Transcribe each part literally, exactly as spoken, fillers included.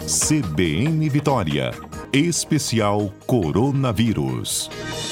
C B N Vitória. Especial Coronavírus.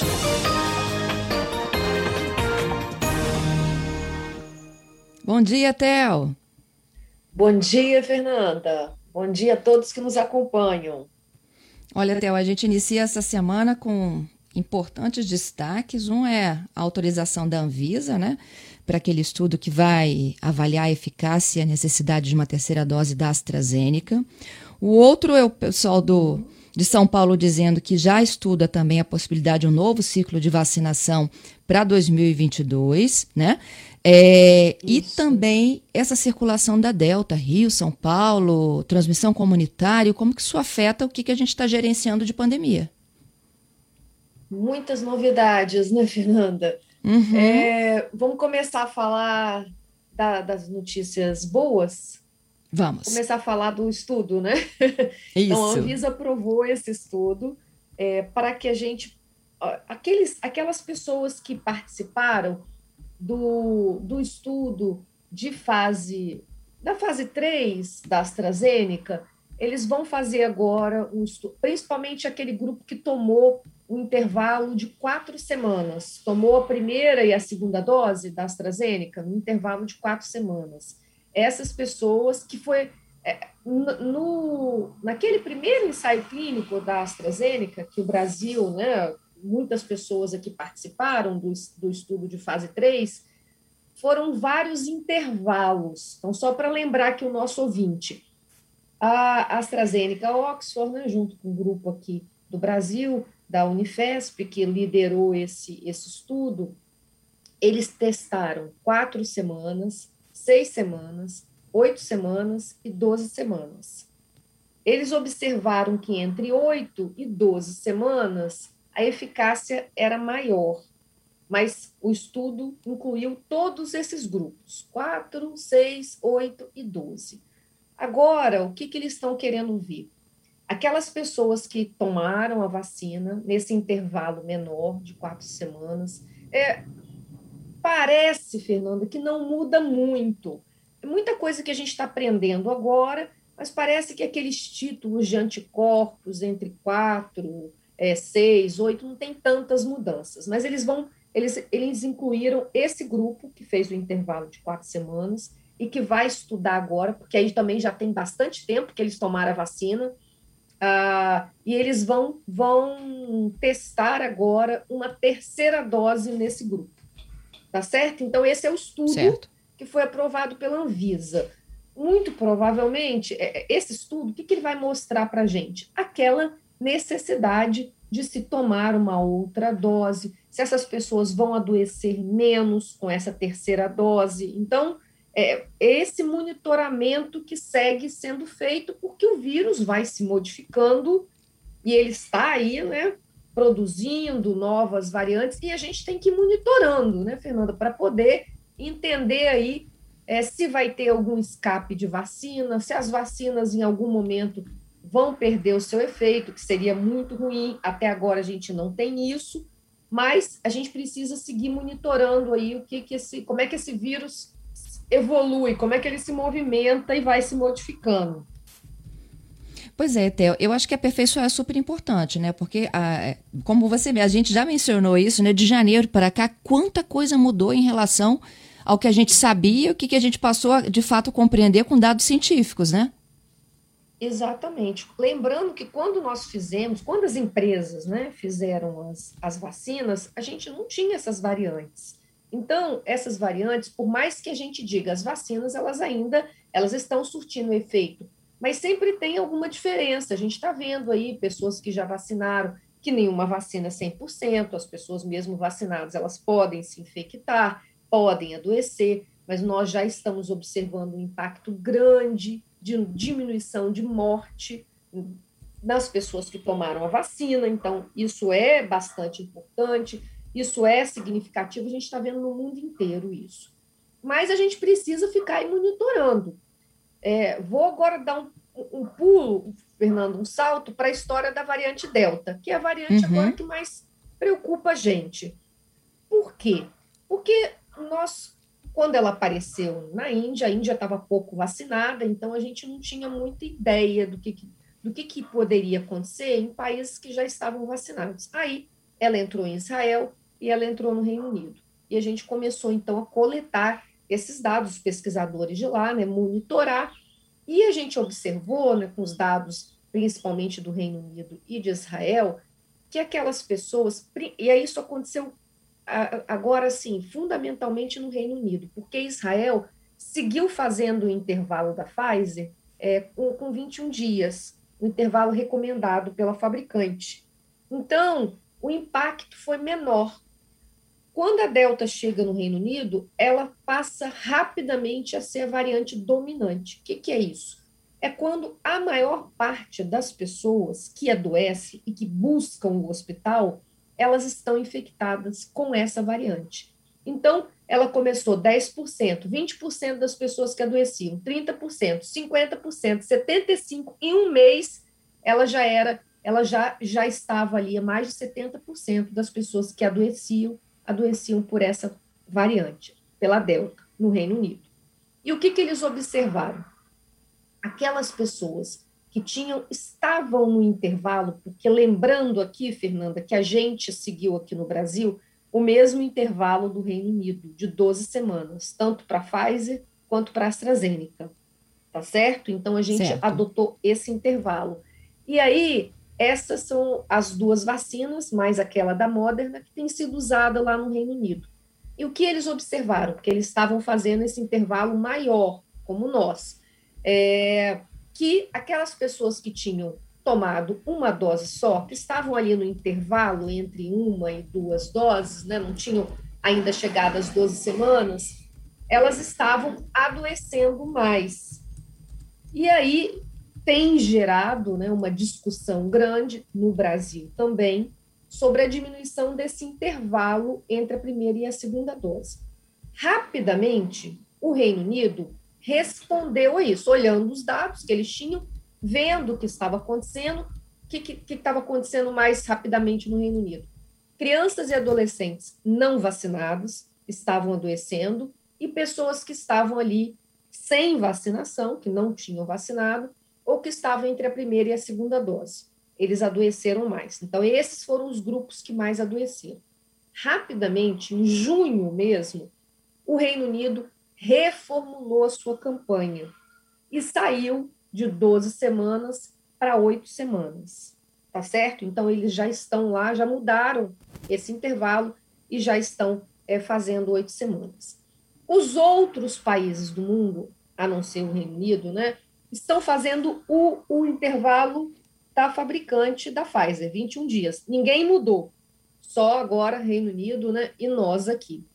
Bom dia, Theo. Bom dia, Fernanda. Bom dia a todos que nos acompanham. Olha, Theo, a gente inicia essa semana com importantes destaques. Um é a autorização da Anvisa, né, para aquele estudo que vai avaliar a eficácia e a necessidade de uma terceira dose da AstraZeneca. O outro é o pessoal do, de São Paulo dizendo que já estuda também a possibilidade de um novo ciclo de vacinação para dois mil e vinte e dois, né? É, e também essa circulação da Delta, Rio, São Paulo, transmissão comunitária, como que isso afeta o que, que a gente está gerenciando de pandemia? Muitas novidades, né, Fernanda? Uhum. É, vamos começar a falar da, das notícias boas? Vamos. Começar a falar do estudo, né? Isso. Então, a Anvisa aprovou esse estudo é, para que a gente... Aqueles, aquelas pessoas que participaram do, do estudo de fase, da fase três da AstraZeneca, eles vão fazer agora um estudo, principalmente aquele grupo que tomou um intervalo de quatro semanas, tomou a primeira e a segunda dose da AstraZeneca no intervalo de quatro semanas. Essas pessoas que foi é, no, naquele primeiro ensaio clínico da AstraZeneca, que o Brasil, né, muitas pessoas aqui participaram do, do estudo de fase três, foram vários intervalos. Então, só para lembrar que o nosso ouvinte, a AstraZeneca, a Oxford, né, junto com o grupo aqui do Brasil, da Unifesp, que liderou esse, esse estudo, eles testaram quatro semanas, seis semanas, oito semanas e doze semanas. Eles observaram que entre oito e doze semanas a eficácia era maior, mas o estudo incluiu todos esses grupos, quatro, seis, oito e doze. Agora, o que, que eles estão querendo ver? Aquelas pessoas que tomaram a vacina nesse intervalo menor de quatro semanas, é, parece, Fernanda, que não muda muito. É muita coisa que a gente está aprendendo agora, mas parece que aqueles títulos de anticorpos entre quatro, é, seis, oito, não tem tantas mudanças. Mas eles vão, eles, eles incluíram esse grupo que fez o intervalo de quatro semanas e que vai estudar agora, porque aí também já tem bastante tempo que eles tomaram a vacina, ah, e eles vão, vão testar agora uma terceira dose nesse grupo. Tá certo? Então, esse é o estudo certo. que foi aprovado pela Anvisa. Muito provavelmente, esse estudo, o que, que ele vai mostrar para a gente? Aquela necessidade de se tomar uma outra dose, se essas pessoas vão adoecer menos com essa terceira dose. Então, é esse monitoramento que segue sendo feito, porque o vírus vai se modificando e ele está aí, né, produzindo novas variantes, e a gente tem que ir monitorando, né, Fernanda, para poder entender aí é, se vai ter algum escape de vacina, se as vacinas em algum momento vão perder o seu efeito, que seria muito ruim. Até agora a gente não tem isso, mas a gente precisa seguir monitorando aí o que, que esse, como é que esse vírus evolui, como é que ele se movimenta e vai se modificando. Pois é, Theo, eu acho que aperfeiçoar é super importante, né? Porque, a, como você, a gente já mencionou isso, né? De janeiro para cá, quanta coisa mudou em relação ao que a gente sabia, o que, que a gente passou a, de fato, compreender com dados científicos, né? Exatamente. Lembrando que quando nós fizemos, quando as empresas, né, fizeram as, as vacinas, a gente não tinha essas variantes. Então, essas variantes, por mais que a gente diga, as vacinas, elas ainda, elas estão surtindo efeito, mas sempre tem alguma diferença. A gente está vendo aí pessoas que já vacinaram, que nenhuma vacina é cem por cento, as pessoas mesmo vacinadas, elas podem se infectar, podem adoecer, mas nós já estamos observando um impacto grande de diminuição de morte das pessoas que tomaram a vacina. Então, isso é bastante importante, isso é significativo, a gente está vendo no mundo inteiro isso. Mas a gente precisa ficar aí monitorando. É, vou agora dar um, um pulo, Fernando, um salto para a história da variante Delta, que é a variante uhum. agora que mais preocupa a gente. Por quê? Porque nós, quando ela apareceu na Índia, a Índia estava pouco vacinada, então a gente não tinha muita ideia do que, do que, que poderia acontecer em países que já estavam vacinados. Aí ela entrou em Israel e ela entrou no Reino Unido. E a gente começou, então, a coletar esses dados, os pesquisadores de lá, né, monitorar, e a gente observou, né, com os dados, principalmente do Reino Unido e de Israel, que aquelas pessoas, e aí isso aconteceu agora, sim, fundamentalmente no Reino Unido, porque Israel seguiu fazendo o intervalo da Pfizer é, com, com vinte e um dias, o intervalo recomendado pela fabricante. Então, o impacto foi menor. Quando a Delta chega no Reino Unido, ela passa rapidamente a ser a variante dominante. O que, que é isso? É quando a maior parte das pessoas que adoecem e que buscam o hospital, elas estão infectadas com essa variante. Então, ela começou dez por cento, vinte por cento das pessoas que adoeciam, trinta por cento, cinquenta por cento, setenta e cinco por cento, em um mês, ela já era, ela já, já estava ali, a mais de setenta por cento das pessoas que adoeciam, adoeciam por essa variante, pela Delta, no Reino Unido. E o que, que eles observaram? Aquelas pessoas que tinham, estavam no intervalo, porque lembrando aqui, Fernanda, que a gente seguiu aqui no Brasil o mesmo intervalo do Reino Unido, de doze semanas, tanto para a Pfizer quanto para a AstraZeneca, tá certo? Então, a gente certo. adotou esse intervalo. E aí, essas são as duas vacinas, mais aquela da Moderna, que tem sido usada lá no Reino Unido. E o que eles observaram? Porque eles estavam fazendo esse intervalo maior, como nós, é, que aquelas pessoas que tinham tomado uma dose só, que estavam ali no intervalo entre uma e duas doses, né, não tinham ainda chegado às doze semanas, elas estavam adoecendo mais. E aí tem gerado, né, uma discussão grande no Brasil também sobre a diminuição desse intervalo entre a primeira e a segunda dose. Rapidamente, o Reino Unido respondeu a isso, olhando os dados que eles tinham, vendo o que estava acontecendo, o que, que, que estava acontecendo mais rapidamente no Reino Unido. Crianças e adolescentes não vacinados estavam adoecendo e pessoas que estavam ali sem vacinação, que não tinham vacinado, ou que estavam entre a primeira e a segunda dose. Eles adoeceram mais. Então, esses foram os grupos que mais adoeceram. Rapidamente, em junho mesmo, o Reino Unido reformulou a sua campanha e saiu de doze semanas para oito semanas, tá certo? Então, eles já estão lá, já mudaram esse intervalo e já estão é, fazendo oito semanas. Os outros países do mundo, a não ser o Reino Unido, né, estão fazendo o, o intervalo da fabricante da Pfizer, vinte e um dias. Ninguém mudou, só agora Reino Unido, né, e nós aqui.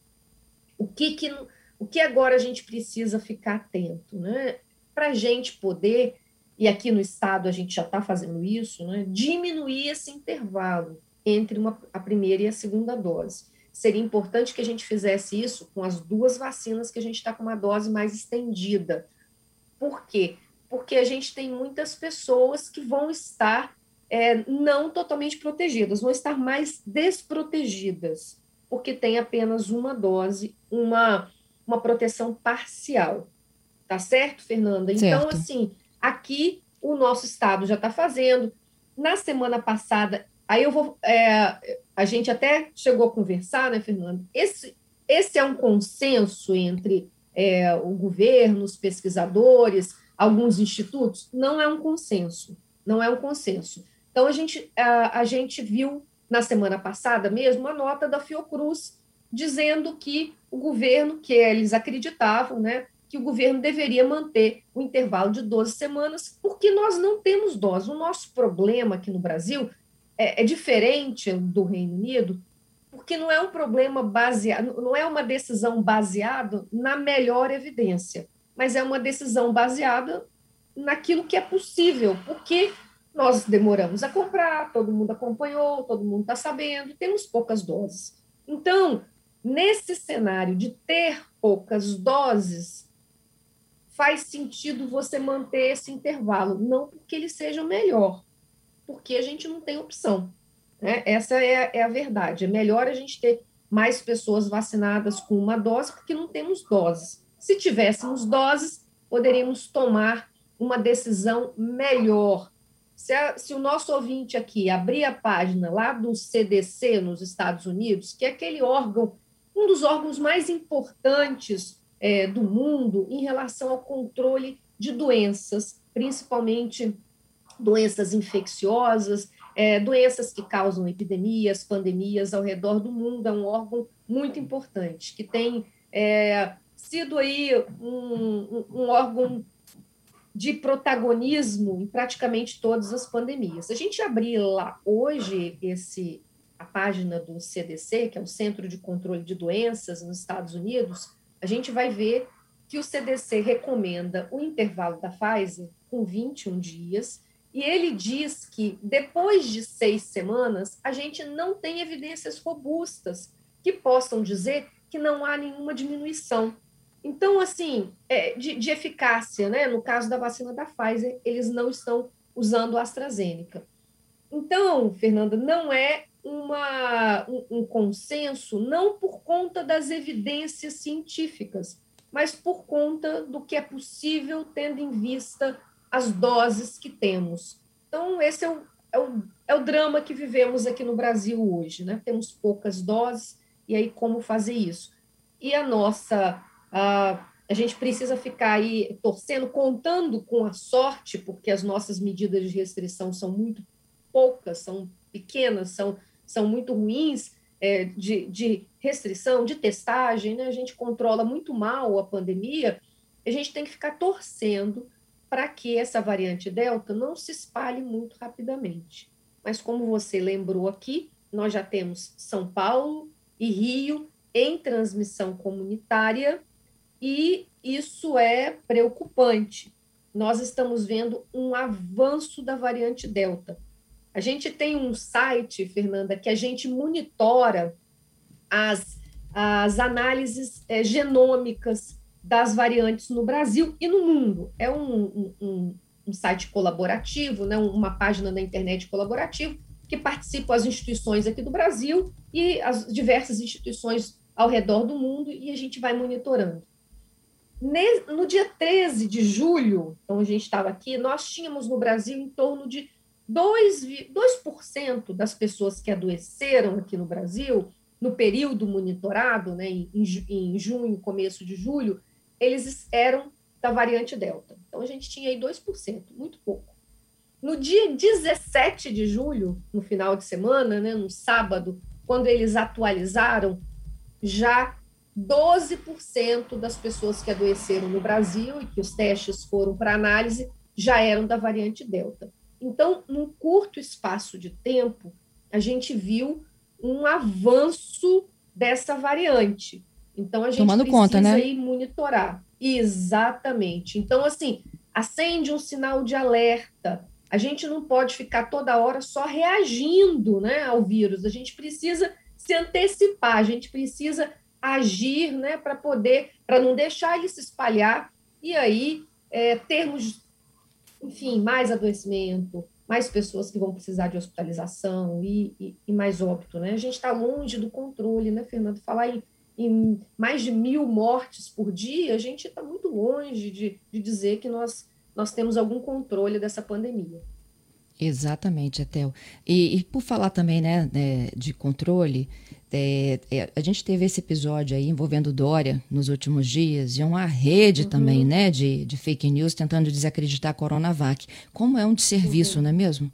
O que, que, o que agora a gente precisa ficar atento, né? Para a gente poder, e aqui no estado a gente já está fazendo isso, né, diminuir esse intervalo entre uma, a primeira e a segunda dose. Seria importante que a gente fizesse isso com as duas vacinas que a gente está com uma dose mais estendida. Por quê? Porque a gente tem muitas pessoas que vão estar é, não totalmente protegidas, vão estar mais desprotegidas, porque tem apenas uma dose, uma, uma proteção parcial. Tá certo, Fernanda? Então, Certo. assim, aqui o nosso estado já está fazendo. Na semana passada, aí eu vou. É, a gente até chegou a conversar, né, Fernanda? Esse, esse é um consenso entre é, o governo, os pesquisadores, alguns institutos? Não é um consenso. Não é um consenso. Então, a gente, a, a gente viu na semana passada mesmo uma nota da Fiocruz dizendo que o governo, que eles acreditavam, né, que o governo deveria manter o intervalo de doze semanas, porque nós não temos dose. O nosso problema aqui no Brasil é, é diferente do Reino Unido, porque não é um problema baseado, não é uma decisão baseada na melhor evidência, mas é uma decisão baseada naquilo que é possível, porque nós demoramos a comprar, todo mundo acompanhou, todo mundo está sabendo, temos poucas doses. Então, nesse cenário de ter poucas doses, faz sentido você manter esse intervalo, não porque ele seja o melhor, porque a gente não tem opção, né? Essa é a, é a verdade. É melhor a gente ter mais pessoas vacinadas com uma dose, porque não temos doses. Se tivéssemos doses, poderíamos tomar uma decisão melhor, Se, a, se o nosso ouvinte aqui abrir a página lá do C D C nos Estados Unidos, que é aquele órgão, um dos órgãos mais importantes é, do mundo em relação ao controle de doenças, principalmente doenças infecciosas, é, doenças que causam epidemias, pandemias ao redor do mundo, é um órgão muito importante, que tem é, sido aí um, um, um órgão de protagonismo em praticamente todas as pandemias. Se a gente abrir lá hoje esse, a página do C D C, que é o Centro de Controle de Doenças nos Estados Unidos, a gente vai ver que o C D C recomenda o intervalo da Pfizer com vinte e um dias, e ele diz que depois de seis semanas, a gente não tem evidências robustas que possam dizer que não há nenhuma diminuição. Então, assim, é, de, de eficácia, né? No caso da vacina da Pfizer, eles não estão usando a AstraZeneca. Então, Fernanda, não é uma, um, um consenso, não por conta das evidências científicas, mas por conta do que é possível, tendo em vista as doses que temos. Então, esse é o, é o, é o drama que vivemos aqui no Brasil hoje, né? Temos poucas doses, e aí como fazer isso? E a nossa... A, a gente precisa ficar aí torcendo, contando com a sorte, porque as nossas medidas de restrição são muito poucas, são pequenas, são, são muito ruins, é, de, de restrição, de testagem, né? A gente controla muito mal a pandemia, a gente tem que ficar torcendo para que essa variante Delta não se espalhe muito rapidamente. Mas como você lembrou aqui, nós já temos São Paulo e Rio em transmissão comunitária, e isso é preocupante. Nós estamos vendo um avanço da variante Delta. A gente tem um site, Fernanda, que a gente monitora as, as análises é, genômicas das variantes no Brasil e no mundo. É um, um, um site colaborativo, né, uma página na internet colaborativa, que participam as instituições aqui do Brasil e as diversas instituições ao redor do mundo, e a gente vai monitorando. No dia treze de julho, então a gente estava aqui, nós tínhamos no Brasil em torno de dois por cento das pessoas que adoeceram aqui no Brasil, no período monitorado, né, em, em junho, começo de julho, eles eram da variante Delta. Então a gente tinha aí dois por cento, muito pouco. No dia dezessete de julho, no final de semana, né, no sábado, quando eles atualizaram, já doze por cento das pessoas que adoeceram no Brasil e que os testes foram para análise já eram da variante Delta. Então, num curto espaço de tempo, a gente viu um avanço dessa variante. Então, a gente Tomando precisa conta, né? aí monitorar. Exatamente. Então, assim, acende um sinal de alerta. A gente não pode ficar toda hora só reagindo, né, ao vírus. A gente precisa se antecipar, a gente precisa agir, né, para poder, para não deixar ele se espalhar e aí é, termos, enfim, mais adoecimento, mais pessoas que vão precisar de hospitalização e, e, e mais óbito, né? A gente está longe do controle, né, Fernando? Falar em, em mais de mil mortes por dia, a gente está muito longe de, de dizer que nós, nós temos algum controle dessa pandemia. Exatamente, Etel. E, e por falar também, né, de controle, é, é, a gente teve esse episódio aí envolvendo Dória nos últimos dias, e uma rede uhum. também, né, de, de fake news tentando desacreditar a Coronavac. Como é um desserviço, uhum. não é mesmo?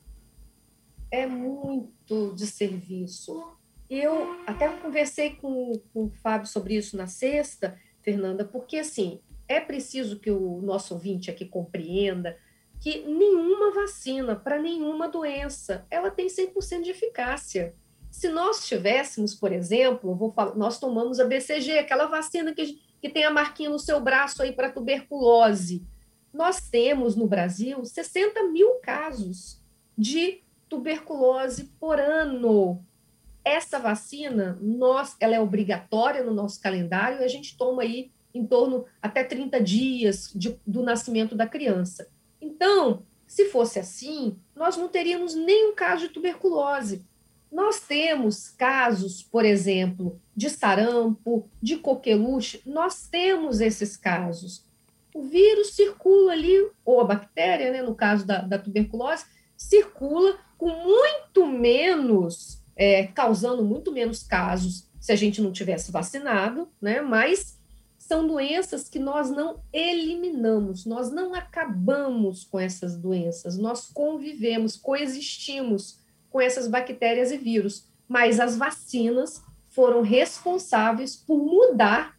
É muito desserviço. Eu até conversei com, com o Fábio sobre isso na sexta, Fernanda, porque, assim, é preciso que o nosso ouvinte aqui compreenda que nenhuma vacina para nenhuma doença, ela tem cem por cento de eficácia. Se nós tivéssemos, por exemplo, vou falar, nós tomamos a B C G, aquela vacina que, que tem a marquinha no seu braço aí para tuberculose. Nós temos no Brasil sessenta mil casos de tuberculose por ano. Essa vacina, nós, ela é obrigatória no nosso calendário e a gente toma aí em torno até trinta dias de, do nascimento da criança. Então, se fosse assim, nós não teríamos nenhum caso de tuberculose. Nós temos casos, por exemplo, de sarampo, de coqueluche, nós temos esses casos. o vírus circula ali, ou a bactéria, né, no caso da, da tuberculose, circula com muito menos, é, causando muito menos casos se a gente não tivesse vacinado, né, mas são doenças que nós não eliminamos, nós não acabamos com essas doenças, nós convivemos, coexistimos com essas bactérias e vírus, mas as vacinas foram responsáveis por mudar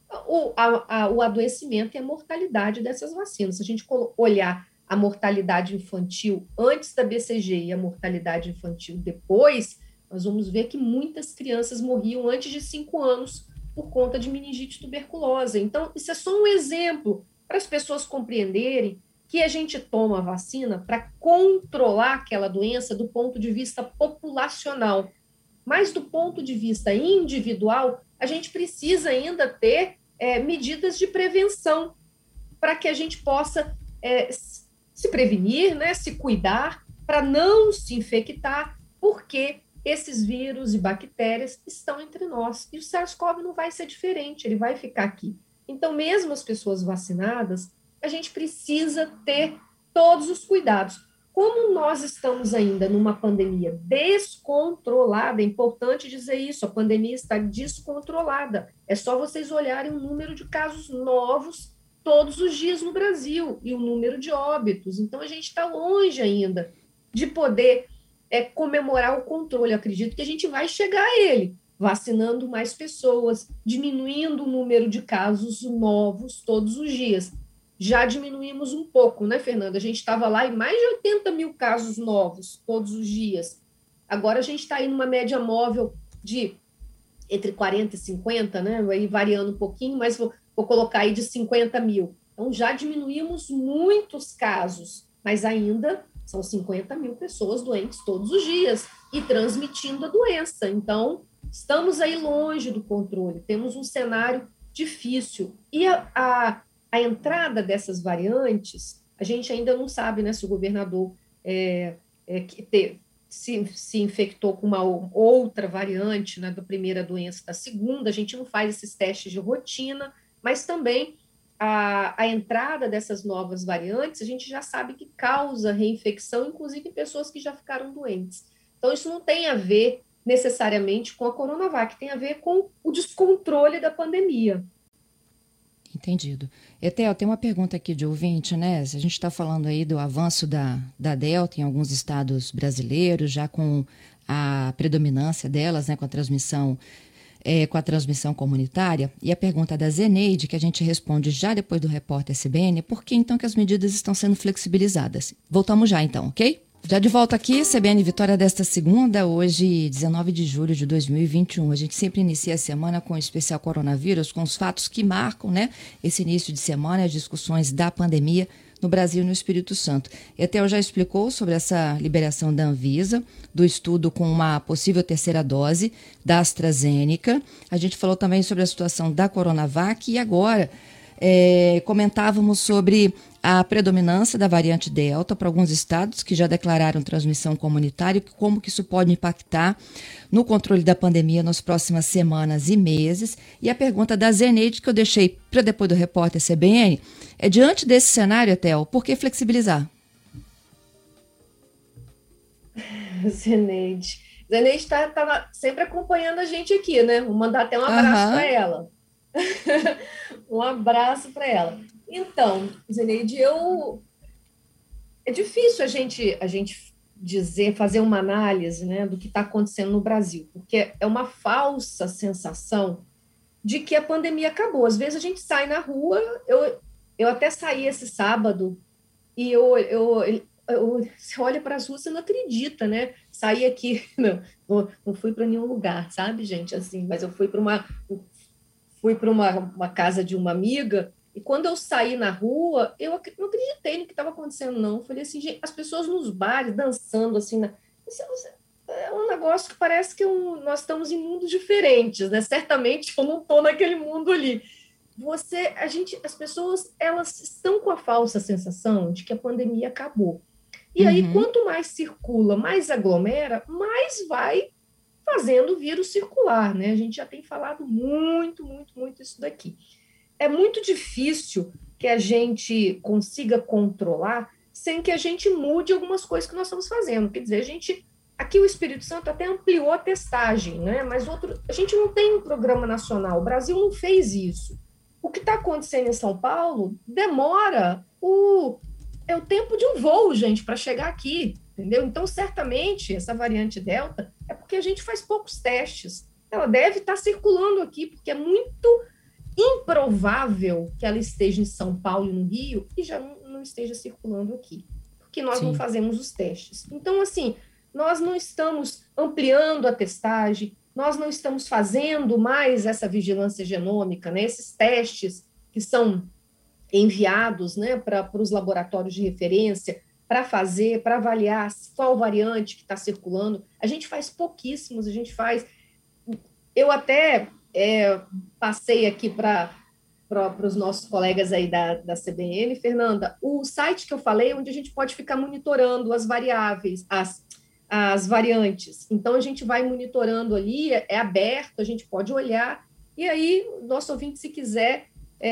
o, a, a, o adoecimento e a mortalidade dessas vacinas. Se a gente olhar a mortalidade infantil antes da B C G e a mortalidade infantil depois, nós vamos ver que muitas crianças morriam antes de cinco anos por conta de meningite tuberculose. Então, isso é só um exemplo para as pessoas compreenderem que a gente toma a vacina para controlar aquela doença do ponto de vista populacional. Mas do ponto de vista individual, a gente precisa ainda ter é, medidas de prevenção para que a gente possa é, se prevenir, né, se cuidar, para não se infectar, porque esses vírus e bactérias estão entre nós. E o SARS-CoV não vai ser diferente, ele vai ficar aqui. Então, mesmo as pessoas vacinadas, a gente precisa ter todos os cuidados. Como nós estamos ainda numa pandemia descontrolada, é importante dizer isso, a pandemia está descontrolada. É só vocês olharem o número de casos novos todos os dias no Brasil e o número de óbitos. Então, a gente está longe ainda de poder é, comemorar o controle. Eu acredito que a gente vai chegar a ele, vacinando mais pessoas, diminuindo o número de casos novos todos os dias. Já diminuímos um pouco, né, Fernanda? A gente estava lá em mais de oitenta mil casos novos todos os dias. Agora a gente está aí numa média móvel de entre quarenta e cinquenta, né? Vai variando um pouquinho, mas vou, vou colocar aí de cinquenta mil. Então já diminuímos muitos casos, mas ainda são cinquenta mil pessoas doentes todos os dias e transmitindo a doença. Então, estamos aí longe do controle, temos um cenário difícil. E a, a A entrada dessas variantes, a gente ainda não sabe, né, se o governador é, é, que te, se, se infectou com uma outra variante, né, da primeira doença, da segunda. A gente não faz esses testes de rotina, mas também a, a entrada dessas novas variantes, a gente já sabe que causa reinfecção, inclusive em pessoas que já ficaram doentes. Então, isso não tem a ver necessariamente com a Coronavac, tem a ver com o descontrole da pandemia. Entendido. Etel, tem uma pergunta aqui de ouvinte, né? A gente está falando aí do avanço da, da Delta em alguns estados brasileiros, já com a predominância delas, né, com a transmissão, é, com a transmissão comunitária. E a pergunta da Zeneide, que a gente responde já depois do repórter S B N, é por que então que as medidas estão sendo flexibilizadas? Voltamos já então, ok? Já de volta aqui, S B N Vitória desta segunda, hoje, dezenove de julho de dois mil e vinte e um. A gente sempre inicia a semana com o especial coronavírus, com os fatos que marcam, né, esse início de semana, as discussões da pandemia no Brasil e no Espírito Santo. E até eu já explicou sobre essa liberação da Anvisa, do estudo com uma possível terceira dose da AstraZeneca. A gente falou também sobre a situação da Coronavac e agora é, comentávamos sobre a predominância da variante Delta para alguns estados que já declararam transmissão comunitária, como que isso pode impactar no controle da pandemia nas próximas semanas e meses. E a pergunta da Zeneide, que eu deixei para depois do repórter S B N, é diante desse cenário, Etel, por que flexibilizar? Zeneide. Zeneide está tá sempre acompanhando a gente aqui, né? Vou mandar até um abraço Uhum. para ela. Um abraço para ela. Então, Zeneide, eu... é difícil a gente, a gente dizer, fazer uma análise, né, do que está acontecendo no Brasil, porque é uma falsa sensação de que a pandemia acabou. Às vezes a gente sai na rua, eu, eu até saí esse sábado, e eu, eu, eu, você olha para as ruas, você não acredita, né? Saí aqui, não, não fui para nenhum lugar, sabe, gente? Assim, mas eu fui para uma, fui para uma, uma casa de uma amiga. E quando eu saí na rua, eu não acreditei no que estava acontecendo, não. Eu falei assim, gente, as pessoas nos bares dançando, assim, na... é um negócio que parece que eu, nós estamos em mundos diferentes, né? Certamente eu não estou naquele mundo ali. Você, a gente, as pessoas, elas estão com a falsa sensação de que a pandemia acabou. E uhum. aí, quanto mais circula, mais aglomera, mais vai fazendo o vírus circular, né? A gente já tem falado muito, muito, muito isso daqui. É muito difícil que a gente consiga controlar sem que a gente mude algumas coisas que nós estamos fazendo. Quer dizer, a gente, aqui o Espírito Santo até ampliou a testagem, né? Mas outro, a gente não tem um programa nacional, o Brasil não fez isso. O que está acontecendo em São Paulo demora o, é o tempo de um voo, gente, para chegar aqui, entendeu? Então, certamente, essa variante Delta é porque a gente faz poucos testes. Ela deve estar circulando aqui, porque é muito improvável que ela esteja em São Paulo e no Rio e já não, não esteja circulando aqui, porque nós Sim. não fazemos os testes. Então, assim, nós não estamos ampliando a testagem, nós não estamos fazendo mais essa vigilância genômica, né? Esses testes que são enviados, né, para os laboratórios de referência, para fazer, para avaliar qual variante que está circulando. A gente faz pouquíssimos, a gente faz... Eu até é, passei aqui para para os nossos colegas aí da, da C B N, Fernanda, o site que eu falei, onde a gente pode ficar monitorando as variáveis, as, as variantes. Então, a gente vai monitorando ali, é, é aberto, a gente pode olhar, e aí, nosso ouvinte, se quiser,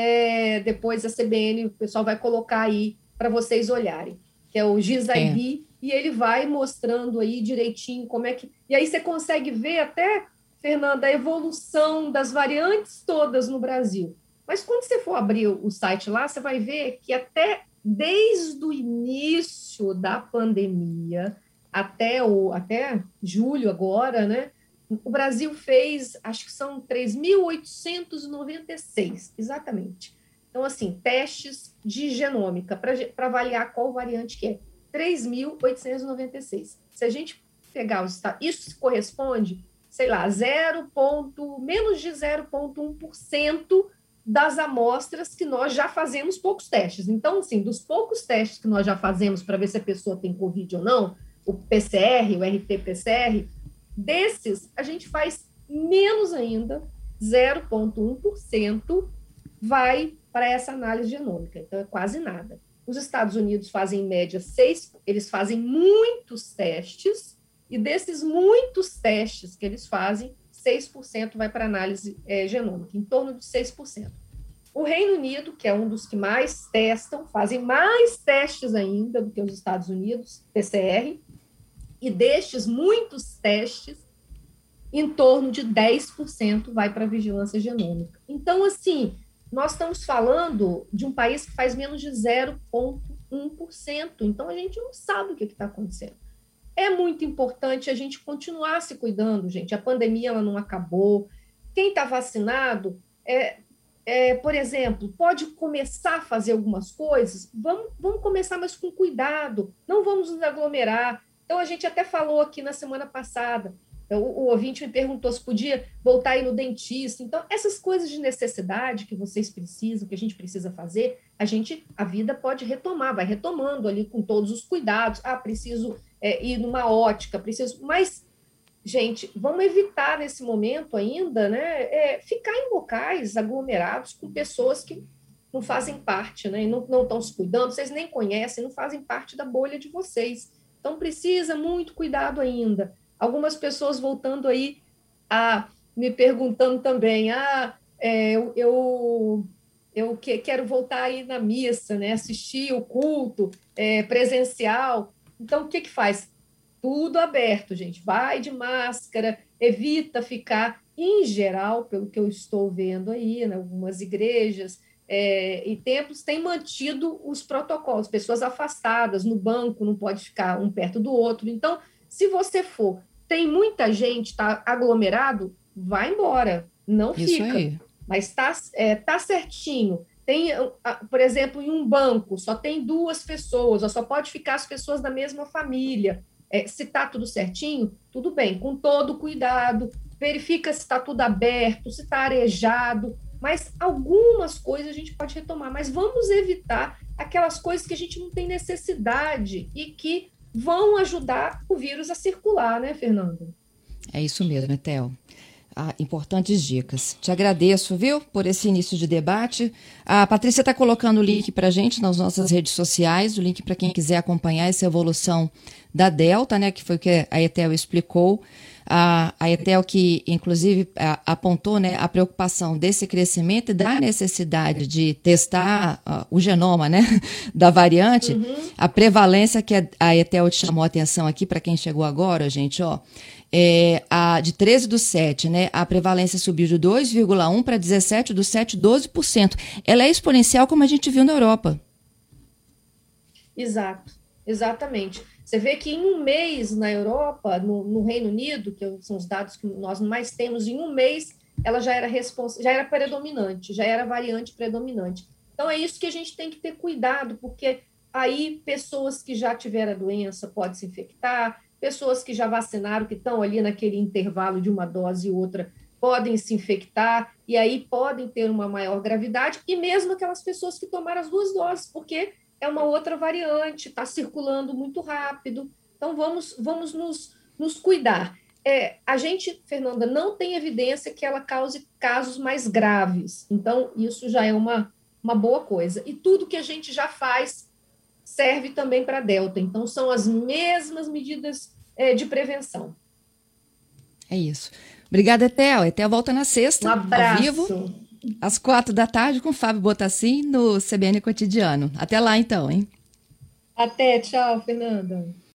é, depois a C B N, o pessoal vai colocar aí para vocês olharem, que é o G I S I D, é. E ele vai mostrando aí direitinho como é que... E aí você consegue ver até, Fernanda, a evolução das variantes todas no Brasil. Mas quando você for abrir o site lá, você vai ver que até desde o início da pandemia, até, o, até julho agora, né, o Brasil fez, acho que são três mil oitocentos e noventa e seis, exatamente. Então, assim, testes de genômica para avaliar qual variante que é. três mil oitocentos e noventa e seis. Se a gente pegar os... Isso corresponde, sei lá, zero, menos de zero vírgula um por cento das amostras que nós já fazemos poucos testes. Então, assim, dos poucos testes que nós já fazemos para ver se a pessoa tem Covid ou não, o P C R, o R T P C R, desses, a gente faz menos ainda, zero vírgula um por cento vai para essa análise genômica. Então, é quase nada. Os Estados Unidos fazem, em média, seis, eles fazem muitos testes, e desses muitos testes que eles fazem, seis por cento vai para análise é, genômica, em torno de seis por cento. O Reino Unido, que é um dos que mais testam, fazem mais testes ainda do que os Estados Unidos, P C R, e destes muitos testes, em torno de dez por cento vai para a vigilância genômica. Então, assim, nós estamos falando de um país que faz menos de zero vírgula um por cento, então a gente não sabe o que está acontecendo. É muito importante a gente continuar se cuidando, gente. A pandemia ela não acabou. Quem está vacinado, é, é, por exemplo, pode começar a fazer algumas coisas. Vamos, vamos começar, mas com cuidado. Não vamos nos aglomerar. Então, a gente até falou aqui na semana passada. O, o ouvinte me perguntou se podia voltar aí no dentista. Então, essas coisas de necessidade que vocês precisam, que a gente precisa fazer, a gente, a vida pode retomar, vai retomando ali com todos os cuidados. Ah, preciso... É, ir numa ótica, preciso... Mas, gente, vamos evitar nesse momento ainda, né, é, ficar em locais aglomerados com pessoas que não fazem parte, né, e não, não estão se cuidando, vocês nem conhecem, não fazem parte da bolha de vocês. Então, precisa muito cuidado ainda. Algumas pessoas voltando aí a me perguntando também, ah, é, eu, eu, eu que, quero voltar aí na missa, né, assistir o culto é, presencial. Então, o que que faz? Tudo aberto, gente. Vai de máscara, evita ficar, em geral, pelo que eu estou vendo aí, né, algumas igrejas é, e templos têm mantido os protocolos, pessoas afastadas, no banco, não pode ficar um perto do outro. Então, se você for, tem muita gente, está aglomerado, vai embora, não Isso fica. aí. Mas está é, tá certinho. Tem, por exemplo, em um banco, só tem duas pessoas, ou só pode ficar as pessoas da mesma família. É, se está tudo certinho, tudo bem, com todo cuidado, verifica se está tudo aberto, se está arejado, mas algumas coisas a gente pode retomar, mas vamos evitar aquelas coisas que a gente não tem necessidade e que vão ajudar o vírus a circular, né, Fernanda? É isso mesmo, Etel. Ah, importantes dicas. Te agradeço, viu, por esse início de debate. A Patrícia está colocando o link para a gente nas nossas redes sociais, o link para quem quiser acompanhar essa evolução da Delta, né, que foi o que a Etel explicou. A, a Etel, que inclusive a, apontou, né, a preocupação desse crescimento e da necessidade de testar uh, o genoma, né, da variante, uhum. A prevalência que a, a Etel chamou a atenção aqui, para quem chegou agora, gente, ó, é, a, de treze do sete, né, a prevalência subiu de dois vírgula um para dezessete do sete, doze por cento. Ela é exponencial, como a gente viu na Europa. Exato, exatamente. Você vê que em um mês na Europa, no, no Reino Unido, que são os dados que nós mais temos, em um mês ela já era, respons... já era predominante, já era variante predominante. Então é isso que a gente tem que ter cuidado, porque aí pessoas que já tiveram a doença podem se infectar, pessoas que já vacinaram, que estão ali naquele intervalo de uma dose e outra, podem se infectar, e aí podem ter uma maior gravidade, e mesmo aquelas pessoas que tomaram as duas doses, porque é uma outra variante, está circulando muito rápido. Então, vamos, vamos nos, nos cuidar. É, a gente, Fernanda, não tem evidência que ela cause casos mais graves. Então, isso já é uma, uma boa coisa. E tudo que a gente já faz serve também para a Delta. Então, são as mesmas medidas é, de prevenção. É isso. Obrigada, Etel. Etel volta na sexta, um abraço. Ao vivo, às quatro da tarde, com Fábio Botassin, no C B N Cotidiano. Até lá, então, hein? Até. Tchau, Fernanda.